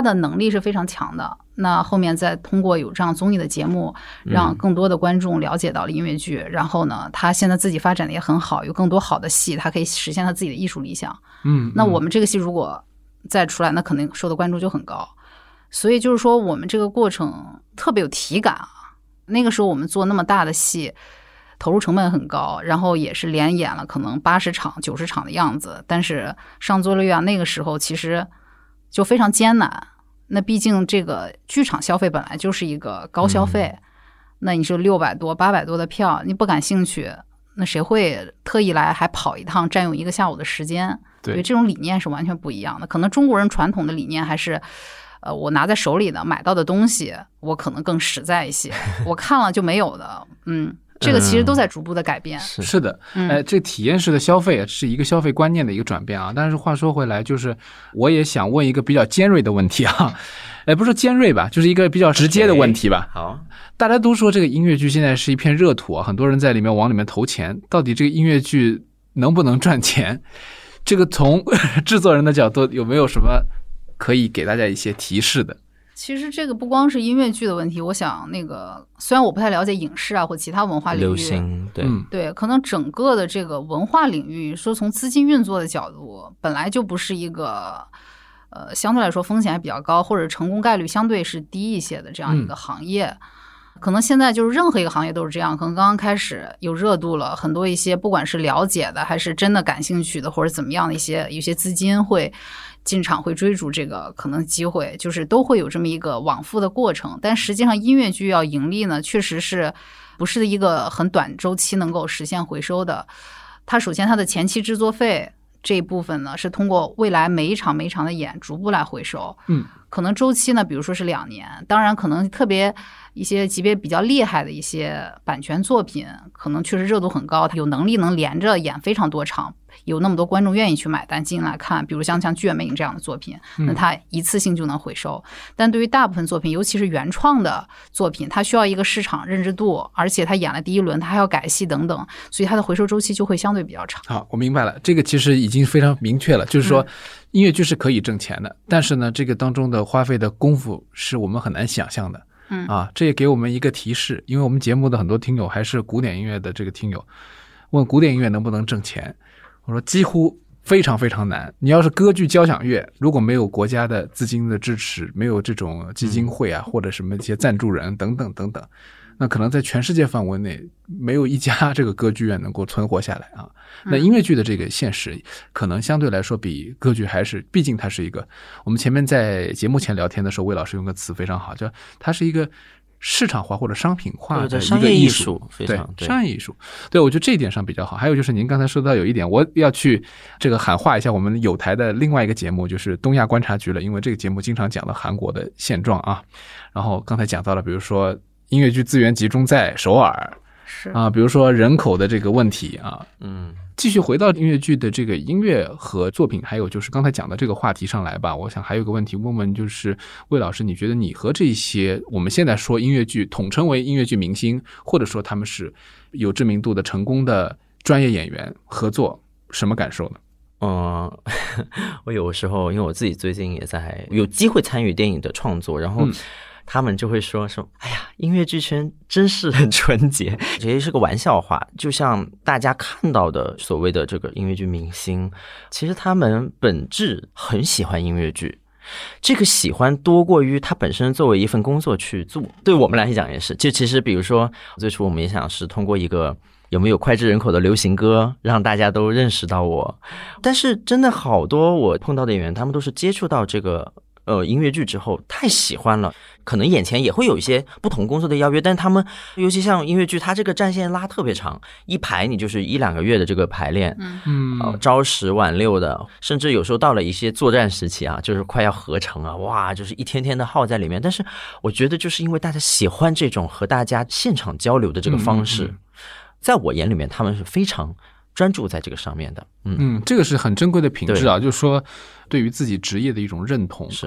的能力是非常强的。那后面再通过有这样综艺的节目，让更多的观众了解到了音乐剧，然后呢，他现在自己发展的也很好，有更多好的戏，他可以实现他自己的艺术理想。那我们这个戏如果再出来，那肯定受的关注就很高。所以就是说，我们这个过程特别有体感啊。那个时候我们做那么大的戏，投入成本很高，然后也是连演了可能80场、90场的样子，但是上座率啊，那个时候其实就非常艰难。那毕竟这个剧场消费本来就是一个高消费，那你说600多、800多的票，你不感兴趣，那谁会特意来还跑一趟，占用1个下午的时间？ 对， 所以这种理念是完全不一样的。可能中国人传统的理念还是，我拿在手里的买到的东西，我可能更实在一些，我看了就没有的，这个其实都在逐步的改变。 是的，这体验式的消费是一个消费观念的一个转变啊。但是话说回来，就是我也想问一个比较尖锐的问题啊，不是尖锐吧，就是一个比较直接的问题吧。 好， 大家都说这个音乐剧现在是一片热土啊，很多人在里面往里面投钱，到底这个音乐剧能不能赚钱？这个从制作人的角度有没有什么可以给大家一些提示的？ 其实这个不光是音乐剧的问题，我想虽然我不太了解影视啊或其他文化领域， 流行， 对，可能整个的这个文化领域，说从资金运作的角度，本来就不是一个相对来说风险还比较高，或者成功概率相对是低一些的这样一个行业。可能现在就是任何一个行业都是这样，可能刚刚开始有热度了，很多一些不管是了解的还是真的感兴趣的或者怎么样的有些资金会进场，会追逐这个可能机会，就是都会有这么一个往复的过程。但实际上音乐剧要盈利呢，确实是不是一个很短周期能够实现回收的。它首先它的前期制作费这一部分呢，是通过未来每一场的演逐步来回收。可能周期呢，比如说是2年。当然可能特别一些级别比较厉害的一些版权作品，可能确实热度很高，它有能力能连着演非常多场，有那么多观众愿意去买单进来看，比如像《剧院魅影》这样的作品，那它一次性就能回收。但对于大部分作品，尤其是原创的作品，它需要一个市场认知度，而且它演了第1轮，它还要改戏等等，所以它的回收周期就会相对比较长。 好，我明白了，这个其实已经非常明确了，就是说音乐剧是可以挣钱的，但是呢，这个当中的花费的功夫是我们很难想象的。这也给我们一个提示，因为我们节目的很多听友还是古典音乐的这个听友，问古典音乐能不能挣钱，我说几乎非常非常难。你要是歌剧交响乐，如果没有国家的资金的支持，没有这种基金会啊，或者什么一些赞助人等等等等，那可能在全世界范围内没有一家这个歌剧院能够存活下来啊。那音乐剧的这个现实可能相对来说比歌剧还是，毕竟它是一个，我们前面在节目前聊天的时候，魏老师用个词非常好，叫它是一个市场化或者商品化的一个艺术， 非常对，商业艺术。对，我觉得这一点上比较好。还有就是您刚才说到有一点，我要去这个喊话一下我们有台的另外一个节目，就是东亚观察局了，因为这个节目经常讲到韩国的现状啊。然后刚才讲到了，比如说音乐剧资源集中在首尔， 是啊，比如说人口的这个问题啊，继续回到音乐剧的这个音乐和作品，还有就是刚才讲的这个话题上来吧。我想还有一个问题问问，就是魏老师，你觉得你和这些我们现在说音乐剧统称为音乐剧明星，或者说他们是有知名度的成功的专业演员合作，什么感受呢？ 我有时候因为我自己最近也在有机会参与电影的创作，然后他们就会说哎呀，音乐剧圈真是很纯洁，其实是个玩笑话。就像大家看到的所谓的这个音乐剧明星，其实他们本质很喜欢音乐剧，这个喜欢多过于他本身作为一份工作去做。对我们来讲也是，就其实比如说最初我们也想是通过一个有没有脍炙人口的流行歌让大家都认识到我，但是真的好多我碰到的演员，他们都是接触到这个音乐剧之后太喜欢了，可能眼前也会有一些不同工作的邀约，但他们尤其像音乐剧，它这个战线拉特别长，一排你就是1-2个月的这个排练，朝10晚6的，甚至有时候到了一些作战时期啊，就是快要合成啊，哇，就是一天天的耗在里面。但是我觉得就是因为大家喜欢这种和大家现场交流的这个方式，在我眼里面他们是非常专注在这个上面的。 这个是很珍贵的品质啊，就是说对于自己职业的一种认同， 是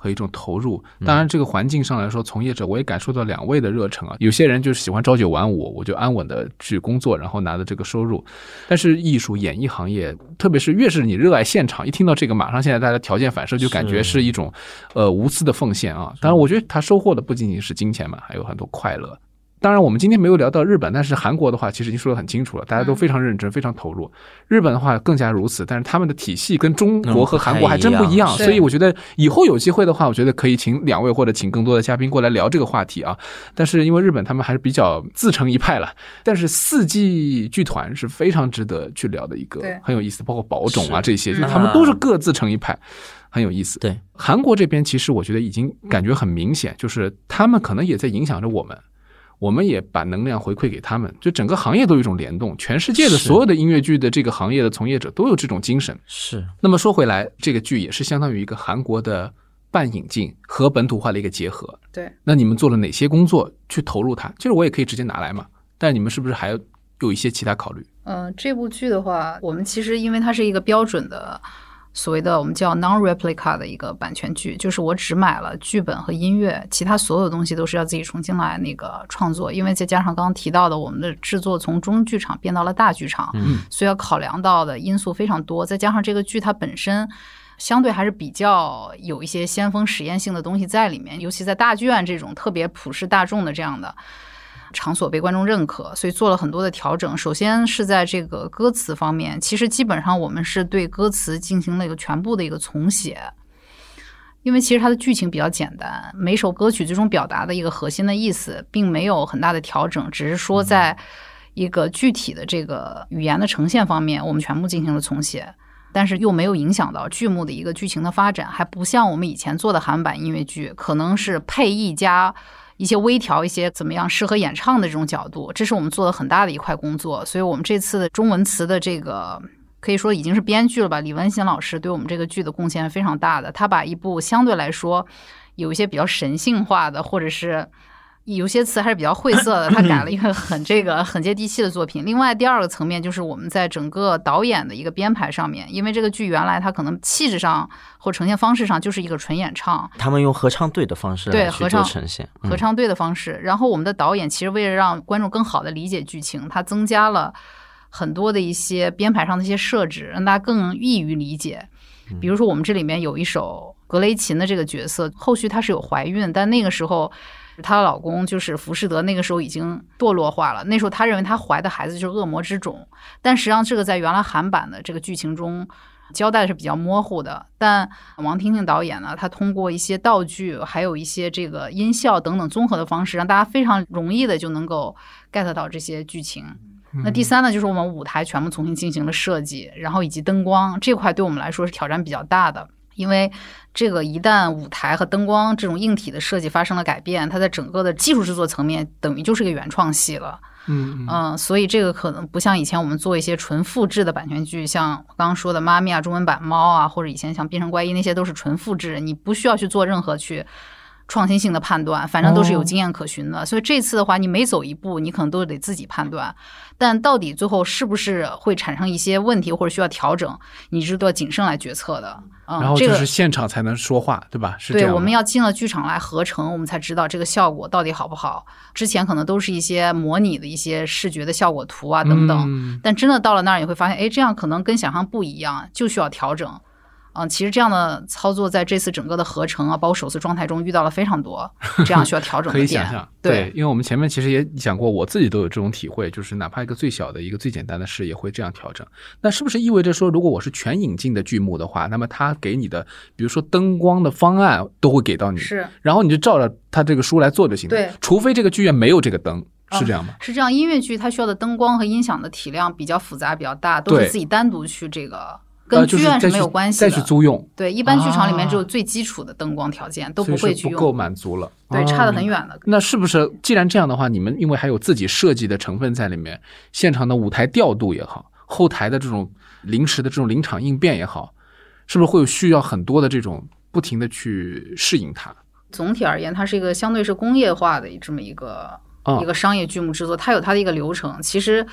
和一种投入。当然这个环境上来说，从业者我也感受到两位的热忱啊。有些人就是喜欢朝九晚五，我就安稳的去工作，然后拿的这个收入。但是艺术演艺行业，特别是越是你热爱现场，一听到这个马上现在大家条件反射就感觉是一种无私的奉献啊。当然我觉得他收获的不仅仅是金钱嘛，还有很多快乐。当然我们今天没有聊到日本，但是韩国的话其实已经说得很清楚了，大家都非常认真非常投入。日本的话更加如此，但是他们的体系跟中国和韩国还真不一样，所以我觉得以后有机会的话，我觉得可以请两位或者请更多的嘉宾过来聊这个话题啊。但是因为日本他们还是比较自成一派了，但是四季剧团是非常值得去聊的一个很有意思，包括宝冢啊这些，他们都是各自成一派，很有意思。 对， 韩国这边其实我觉得已经感觉很明显，就是他们可能也在影响着我们也把能量回馈给他们，就整个行业都有一种联动，全世界的所有的音乐剧的这个行业的从业者都有这种精神。 是。 那么说回来，这个剧也是相当于一个韩国的半引进和本土化的一个结合。 对。 那你们做了哪些工作去投入它？其实我也可以直接拿来嘛，但你们是不是还有一些其他考虑？ 这部剧的话，我们其实因为它是一个标准的所谓的我们叫 non-replica 的一个版权剧，就是我只买了剧本和音乐，其他所有东西都是要自己重新来那个创作。因为再加上刚刚提到的，我们的制作从中剧场变到了大剧场，所以要考量到的因素非常多。再加上这个剧它本身相对还是比较有一些先锋实验性的东西在里面，尤其在大剧院这种特别普世大众的这样的场所被观众认可，所以做了很多的调整。首先是在这个歌词方面，其实基本上我们是对歌词进行了一个全部的一个重写，因为其实它的剧情比较简单，每首歌曲最终表达的一个核心的意思并没有很大的调整，只是说在一个具体的这个语言的呈现方面我们全部进行了重写，但是又没有影响到剧目的一个剧情的发展，还不像我们以前做的韩版音乐剧可能是配艺加一些微调，一些怎么样适合演唱的这种角度，这是我们做的很大的一块工作。所以我们这次的中文词的这个可以说已经是编剧了吧，李文新老师对我们这个剧的贡献非常大的，他把一部相对来说有一些比较神性化的，或者是有些词还是比较晦涩的，他改了一个很接地气的作品。另外第二个层面就是我们在整个导演的一个编排上面，因为这个剧原来它可能气质上或呈现方式上就是一个纯演唱， 他们用合唱队的方式来去做呈现， 合唱队的方式。然后我们的导演其实为了让观众更好的理解剧情，他增加了很多的一些编排上的一些设置，让大家更易于理解。比如说我们这里面有一首格雷琴的这个角色，后续她是有怀孕，但那个时候她的老公就是浮士德，那个时候已经堕落化了，那时候她认为她怀的孩子就是恶魔之种，但实际上这个在原来韩版的这个剧情中交代是比较模糊的。但王婷婷导演呢，他通过一些道具还有一些这个音效等等综合的方式，让大家非常容易的就能够 get 到这些剧情。那第三呢，就是我们舞台全部重新进行了设计，然后以及灯光这块对我们来说是挑战比较大的，因为这个一旦舞台和灯光这种硬体的设计发生了改变，它在整个的技术制作层面等于就是个原创戏了。所以这个可能不像以前我们做一些纯复制的版权剧，像刚刚说的妈咪啊、中文版猫啊，或者以前像变成怪医那些都是纯复制，你不需要去做任何去创新性的判断，反正都是有经验可循的。所以这次的话，你每走一步你可能都得自己判断，但到底最后是不是会产生一些问题或者需要调整，你是都要谨慎来决策的。 然后就是现场才能说话，对吧？是这样。 对，我们要进了剧场来合成，我们才知道这个效果到底好不好。之前可能都是一些模拟的一些视觉的效果图啊等等，但真的到了那儿你会发现，哎，这样可能跟想象不一样，就需要调整。其实这样的操作在这次整个的合成啊，包括首次状态中遇到了非常多这样需要调整的点。 可以想象，对，因为我们前面其实也讲过，我自己都有这种体会，就是哪怕一个最小的一个最简单的事也会这样调整。那是不是意味着说，如果我是全引进的剧目的话，那么他给你的比如说灯光的方案都会给到你， 是， 然后你就照着他这个书来做就行了。 对， 除非这个剧院没有这个灯。是这样吗？ 是这样，音乐剧它需要的灯光和音响的体量比较复杂比较大，都是自己单独去这个跟剧院是没有关系的， 再去租用。 对，一般剧场里面只有最基础的灯光条件，都不会去用， 不够满足了。 对，差得很远的。 那是不是既然这样的话，你们因为还有自己设计的成分在里面，现场的舞台调度也好，后台的这种临时的这种临场应变也好，是不是会有需要很多的这种不停的去适应它？ 总体而言，它是一个相对是工业化的这么一个商业剧目制作，它有它的一个流程。其实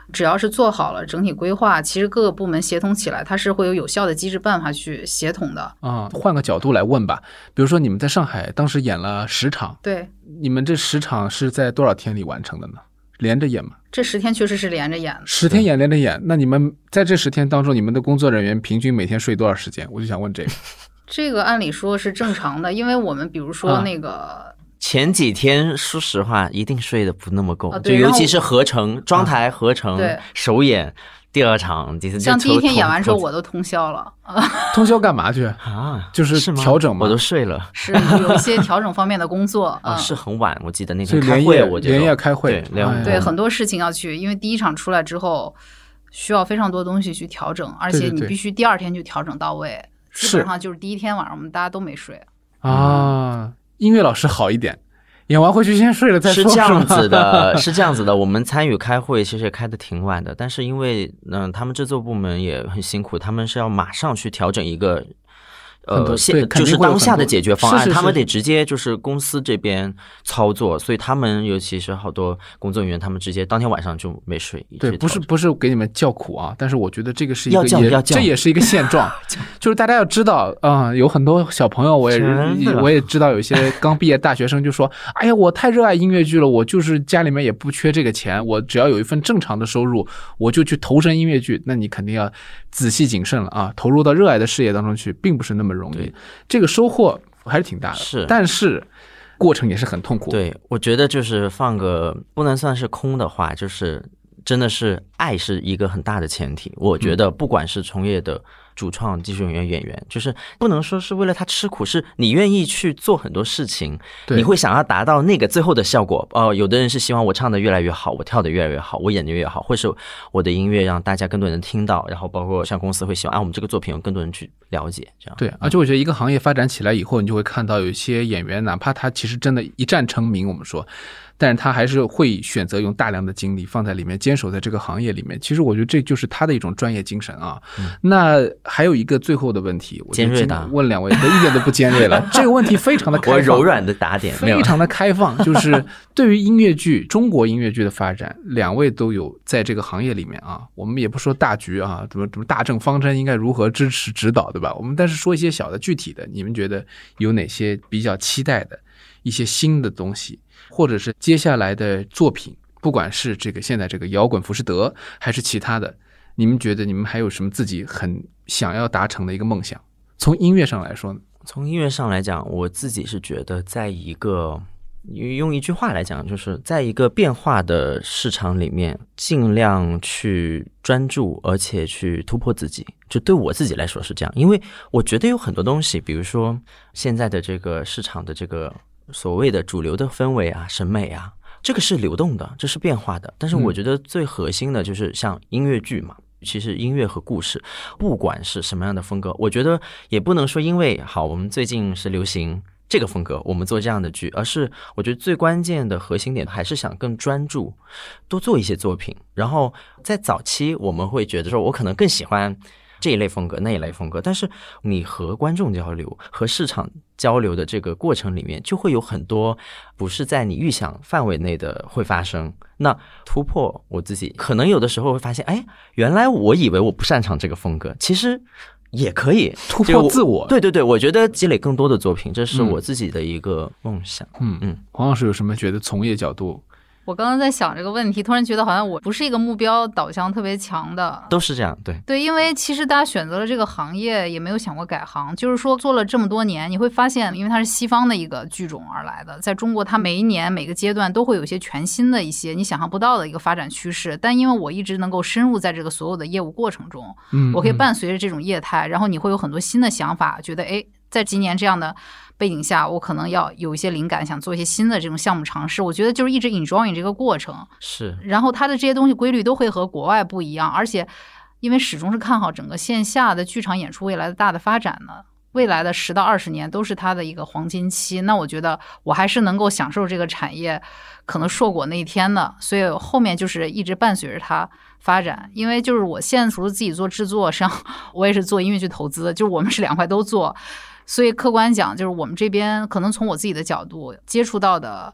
只要是做好了整体规划，其实各个部门协同起来，它是会有效的机制办法去协同的。 换个角度来问吧，比如说你们在上海当时演了10场， 对， 你们这10场是在多少天里完成的呢？连着演吗？ 这10天确实是连着演的。 10天演连着演，那你们在这10天当中，你们的工作人员平均每天睡多少时间？我就想问这个。 这个按理说是正常的，因为我们比如说那个。 前几天说实话一定睡得不那么够，就尤其是合成妆台合成首演第2场第3， 像第1天演完之后我都通宵了。 通宵干嘛去啊？就是调整嘛。 我都睡了。 是有一些调整方面的工作是很晚，我记得那天开会，我觉得连夜开会， 对很多事情要去，因为第1场出来之后需要非常多东西去调整，而且你必须第2天就调整到位。基本上就是第1天晚上我们大家都没睡啊。音乐老师好一点，演完回去先睡了再说。 是这样子的，是这样子的。我们参与开会其实也开得挺晚的，但是因为他们制作部门也很辛苦，他们是要马上去调整一个就是当下的解决方案，他们得直接就是公司这边操作，所以他们尤其是好多工作人员，他们直接当天晚上就没睡。 对，不是给你们叫苦啊，但是我觉得这个是一个这也是一个现状，就是大家要知道有很多小朋友，我也知道有一些刚毕业大学生就说，哎呀，我太热爱音乐剧了，我就是家里面也不缺这个钱，我只要有一份正常的收入，我就去投身音乐剧。那你肯定要仔细谨慎了啊，投入到热爱的事业当中去，并不是那么容易，这个收获还是挺大的，但是过程也是很痛苦。 对，我觉得就是放个不能算是空的话，就是真的是爱是一个很大的前提。我觉得不管是从业的主创、技术演员，就是不能说是为了他吃苦，是你愿意去做很多事情，你会想要达到那个最后的效果。有的人是希望我唱得越来越好，我跳得越来越好，我演得越好，或是我的音乐让大家更多人听到，然后包括像公司会希望我们这个作品有更多人去了解，这样。 对，而且我觉得一个行业发展起来以后，你就会看到有一些演员，哪怕他其实真的一战成名，我们说，但是他还是会选择用大量的精力放在里面，坚守在这个行业里面。其实我觉得这就是他的一种专业精神啊。那还有一个最后的问题，我尖锐的问两位，一点都不尖锐了。这个问题非常的开放， 我柔软的打点， 非常的开放。就是对于音乐剧，中国音乐剧的发展，两位都有在这个行业里面啊。我们也不说大局啊，怎么大政方针应该如何支持指导，对吧？我们但是说一些小的具体的，你们觉得有哪些比较期待的一些新的东西，或者是接下来的作品，不管是这个现在这个摇滚浮士德还是其他的，你们觉得你们还有什么自己很想要达成的一个梦想？从音乐上来说呢？ 从音乐上来讲，我自己是觉得在一个用一句话来讲，就是在一个变化的市场里面尽量去专注，而且去突破自己。就对我自己来说是这样，因为我觉得有很多东西，比如说现在的这个市场的这个所谓的主流的氛围啊、审美啊，这个是流动的，这是变化的。但是我觉得最核心的就是像音乐剧嘛，其实音乐和故事，不管是什么样的风格，我觉得也不能说因为好我们最近是流行这个风格我们做这样的剧，而是我觉得最关键的核心点还是想更专注，多做一些作品。然后在早期我们会觉得说我可能更喜欢这一类风格那一类风格，但是你和观众交流和市场交流的这个过程里面，就会有很多不是在你预想范围内的会发生。那突破我自己，可能有的时候会发现，哎，原来我以为我不擅长这个风格，其实也可以突破自我。 对对对，我觉得积累更多的作品，这是我自己的一个梦想。 黄老师有什么觉得从业角度？ 我刚刚在想这个问题，突然觉得好像我不是一个目标导向特别强的。 都是这样， 对，因为其实大家选择了这个行业，也没有想过改行。就是说做了这么多年，你会发现，因为它是西方的一个剧种而来的，在中国它每一年每个阶段都会有一些全新的一些你想象不到的一个发展趋势。但因为我一直能够深入在这个所有的业务过程中，我可以伴随着这种业态，然后你会有很多新的想法，觉得在今年这样的背景下，我可能要有一些灵感，想做一些新的这种项目尝试。我觉得就是一直 enjoy 这个过程， 是。 然后它的这些东西规律都会和国外不一样，而且因为始终是看好整个线下的剧场演出未来的大的发展的，未来的10到20年都是它的一个黄金期。那我觉得我还是能够享受这个产业可能硕果那一天的，所以后面就是一直伴随着它发展。因为就是我现在除了自己做制作，实际上我也是做音乐剧投资，就是我们是2块都做。所以客观讲，就是我们这边可能从我自己的角度接触到的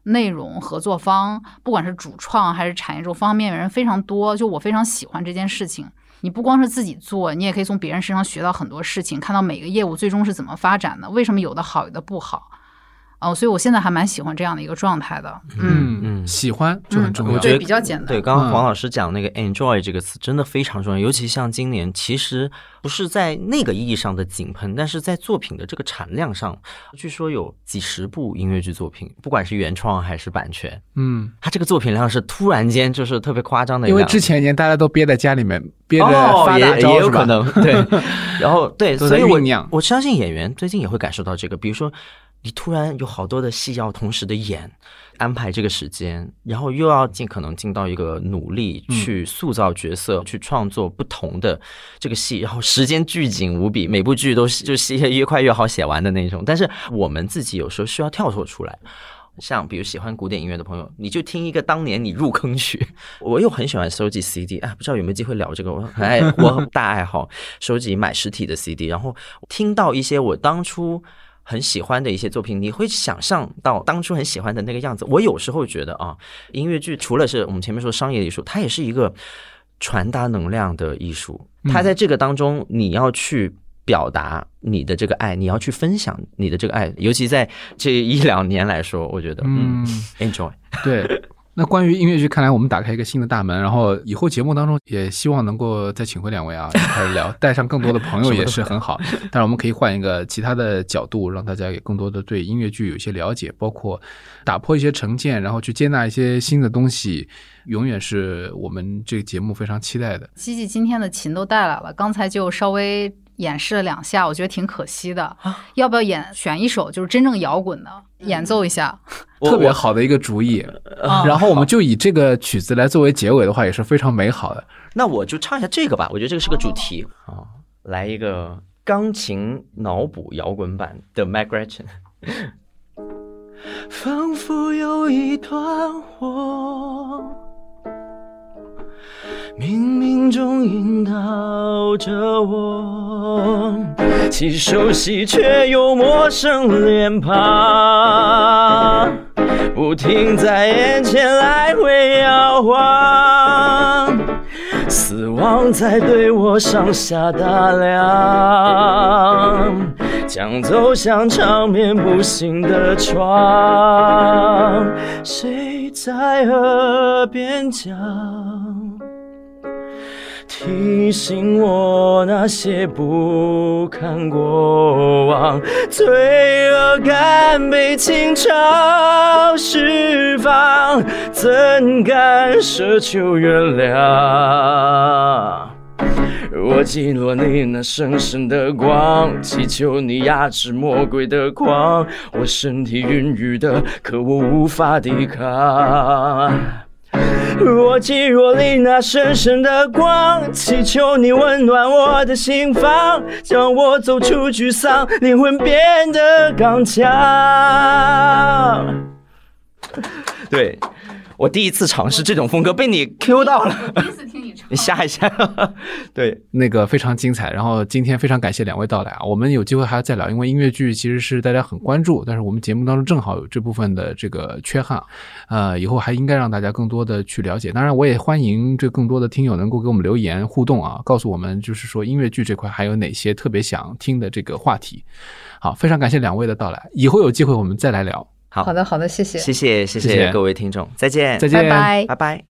内容合作方，不管是主创还是产业这种方方面面人非常多，就我非常喜欢这件事情。你不光是自己做，你也可以从别人身上学到很多事情，看到每个业务最终是怎么发展的，为什么有的好有的不好。所以我现在还蛮喜欢这样的一个状态的。 喜欢就很重要。 我觉得比较简单。 对，刚刚黄老师讲那个 enjoy 这个词真的非常重要，尤其像今年，其实不是在那个意义上的井喷，但是在作品的这个产量上，据说有几十部音乐剧作品，不管是原创还是版权，它这个作品量是突然间就是特别夸张的， 因为之前一年大家都憋在家里面，憋着发大招， 也有可能对。然后对，所以我相信演员最近也会感受到这个，比如说你突然有好多的戏要同时的演，安排这个时间，然后又要尽可能尽到一个努力去塑造角色，去创作不同的这个戏，然后时间巨紧无比，每部剧都就戏越快越好写完的那种。但是我们自己有时候需要跳脱出来，像比如喜欢古典音乐的朋友，你就听一个当年你入坑曲。我又很喜欢收集 CD， 不知道有没有机会聊这个，我大爱好收集买实体的 CD， 然后听到一些我当初很喜欢的一些作品，你会想象到当初很喜欢的那个样子。我有时候觉得音乐剧除了是我们前面说商业艺术，它也是一个传达能量的艺术。它在这个当中，你要去表达你的这个爱，你要去分享你的这个爱，尤其在这1-2年来说，我觉得enjoy。 对。那关于音乐剧，看来我们打开一个新的大门，然后以后节目当中也希望能够再请回两位一块聊，带上更多的朋友也是很好。当然我们可以换一个其他的角度，让大家也更多的对音乐剧有一些了解，包括打破一些成见，然后去接纳一些新的东西，永远是我们这个节目非常期待的。 希希今天的琴都带来了，刚才就稍微演示了2下，我觉得挺可惜的。要不要选一首就是真正摇滚的演奏一下？ 特别好的一个主意。然后我们就以这个曲子来作为结尾的话，也是非常美好的。 那我就唱一下这个吧，我觉得这个是个主题。来一个钢琴脑补摇滚版的 Meg Gretchen。 仿佛有一团火，冥冥中引导着我，既熟悉却又陌生脸庞，不停在眼前来回摇晃，死亡在对我上下打量，将走向长眠不醒的床。谁在耳边讲，提醒我那些不堪过往，罪恶感被清潮释放，怎敢奢求原谅？我击落你那神圣的光，祈求你压制魔鬼的狂，我身体孕育的，可我无法抵抗。我击落你那神圣的光，祈求你温暖我的心房，将我走出沮丧，灵魂变得刚强。对，我第一次尝试这种风格，被你 Q 到了。 第一次听你唱， 你吓一下。对， 那个非常精彩。然后今天非常感谢两位到来啊，我们有机会还要再聊，因为音乐剧其实是大家很关注，但是我们节目当中正好有这部分的这个缺憾，以后还应该让大家更多的去了解。当然，我也欢迎这更多的听友能够给我们留言互动啊，告诉我们就是说音乐剧这块还有哪些特别想听的这个话题。好，非常感谢两位的到来，以后有机会我们再来聊。 好的，谢谢， 谢谢各位听众，再见， 再见， 拜拜， 拜拜。